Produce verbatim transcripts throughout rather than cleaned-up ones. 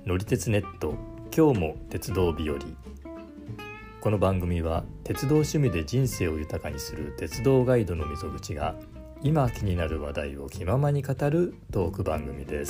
乗り鉄ネット今日も鉄道日和。この番組は鉄道趣味で人生を豊かにする鉄道ガイドの溝口が今気になる話題を気ままに語るトーク番組です。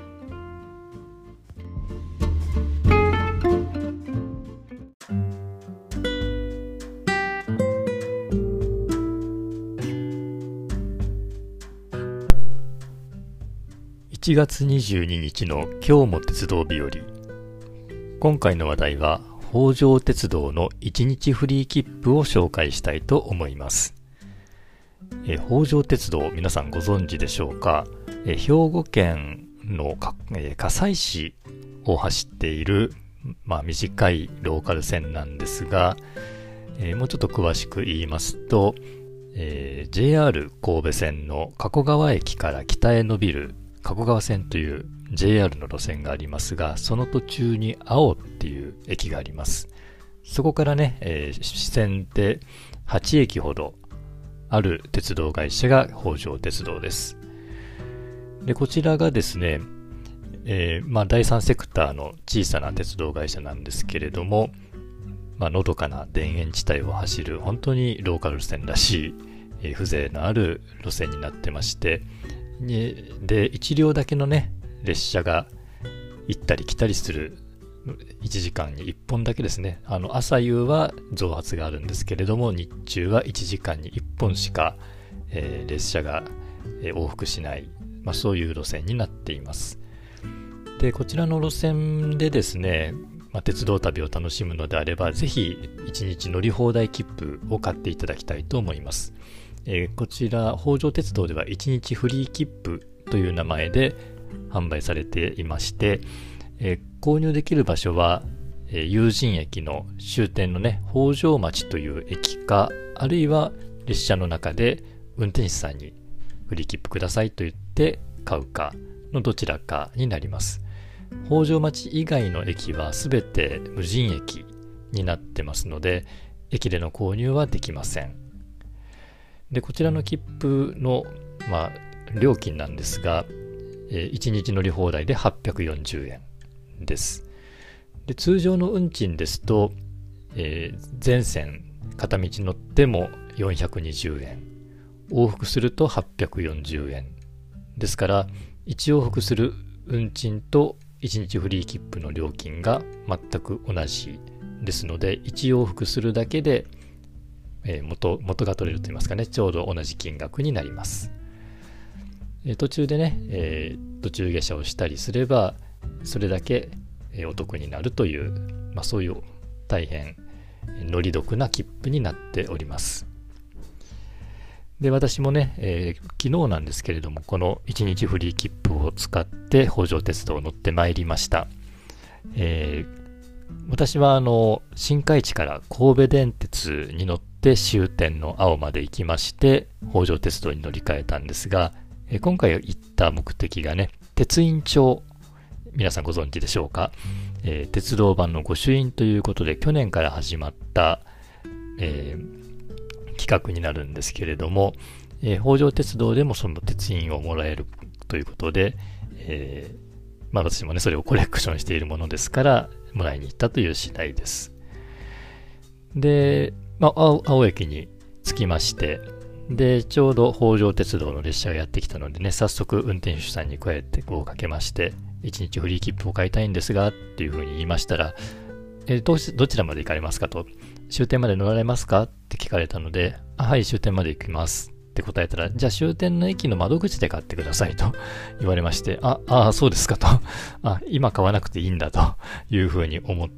いちがつにじゅうににちの今日も鉄道日和。今回の話題は北条鉄道のいちにちフリー切符を紹介したいと思います。え北条鉄道、皆さんご存知でしょうか。え兵庫県のか、え加西市を走っている、まあ、短いローカル線なんですが、えもうちょっと詳しく言いますと、えー、ジェイアール 神戸線の加古川駅から北へ伸びる加古川線という ジェイアール の路線がありますが、その途中に青っていう駅があります。そこからね、えー、支線ではちえきほどある鉄道会社が北条鉄道です。で、こちらがですね、えー、まあだいさんセクターの小さな鉄道会社なんですけれども、まあのどかな田園地帯を走る本当にローカル線らしい、えー、風情のある路線になってまして、でいちりょうだけのね列車が行ったり来たりする、いちじかんにいっぽんだけですね。あの朝夕は増発があるんですけれども、日中はいちじかんにいっぽんしか、えー、列車が、えー、往復しない、まあ、そういう路線になっています。でこちらの路線でですね、まあ、鉄道旅を楽しむのであれば、ぜひいちにち乗り放題切符を買っていただきたいと思います。えー、こちら北条鉄道ではいちにちフリー切符という名前で販売されていまして、えー、購入できる場所は、えー、有人駅の終点のね北条町という駅か、あるいは列車の中で運転手さんにフリー切符くださいと言って買うかのどちらかになります。北条町以外の駅はすべて無人駅になってますので、駅での購入はできません。でこちらの切符の、まあ、料金なんですが、えー、いちにち乗り放題ではっぴゃくよんじゅうえんです。で通常の運賃ですと、えー、全線片道乗ってもよんひゃくにじゅうえん、往復するとはっぴゃくよんじゅうえんですから、いち往復する運賃といちにちフリー切符の料金が全く同じですので、いち往復するだけでえー、元, 元が取れると言いますかね、ちょうど同じ金額になります。えー、途中でね、えー、途中下車をしたりすればそれだけ、えー、お得になるという、まあ、そういう大変乗り得な切符になっております。で私もね、えー、昨日なんですけれども、このいちにちフリー切符を使って北条鉄道を乗ってまいりました。えー、私はあの新海地から神戸電鉄に乗ってで終点の青まで行きまして北条鉄道に乗り換えたんですが、え今回行った目的がね、鉄印帳、皆さんご存知でしょうか。えー、鉄道版の御朱印ということで去年から始まった、えー、企画になるんですけれども、えー、北条鉄道でもその鉄印をもらえるということで、えーまあ、私もねそれをコレクションしているものですからもらいに行ったという次第です。でまあ、青, 青駅に着きまして、でちょうど北条鉄道の列車がやってきたのでね、早速運転手さんにこうやってこうかけまして、いちにちフリー切符を買いたいんですがっていうふうに言いましたら、えど, どちらまで行かれますかと、終点まで乗られますかって聞かれたので、あはい終点まで行きますって答えたら、じゃあ終点の駅の窓口で買ってくださいと言われまして、ああそうですかとあ今買わなくていいんだというふうに思って、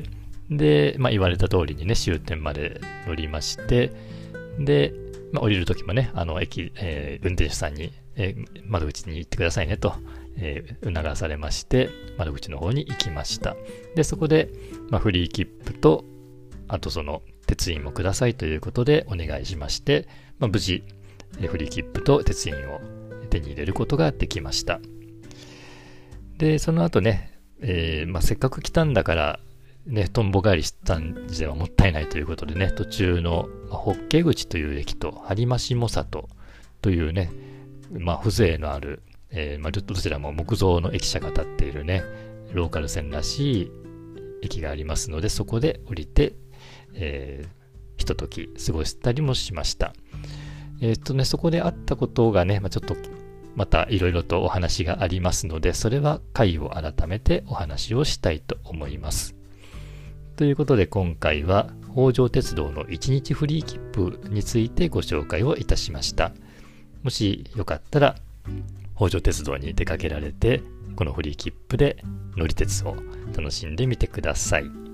で、まあ、言われた通りにね終点まで乗りまして、で、まあ、降りるときもねあの駅、えー、運転手さんに、えー、窓口に行ってくださいねと、えー、促されまして、窓口の方に行きました。でそこで、まあ、フリー切符とあとその鉄印もくださいということでお願いしまして、まあ、無事、えー、フリー切符と鉄印を手に入れることができました。でその後ね、えーまあ、せっかく来たんだからね、とんぼ返りしたんではもったいないということでね、途中の法華口という駅と播磨下里というね、まあ、風情のある、えーまあ、どちらも木造の駅舎が建っているね、 ローカル線らしい駅がありますので、そこで降りて、えー、ひととき過ごしたりもしました。えっとね、そこであったことがね、まあ、ちょっとまたいろいろとお話がありますので、それは回を改めてお話をしたいと思います。ということで今回は北条鉄道のいちにちフリー切符についてご紹介をいたしました。もしよかったら北条鉄道に出かけられて、このフリー切符で乗り鉄を楽しんでみてください。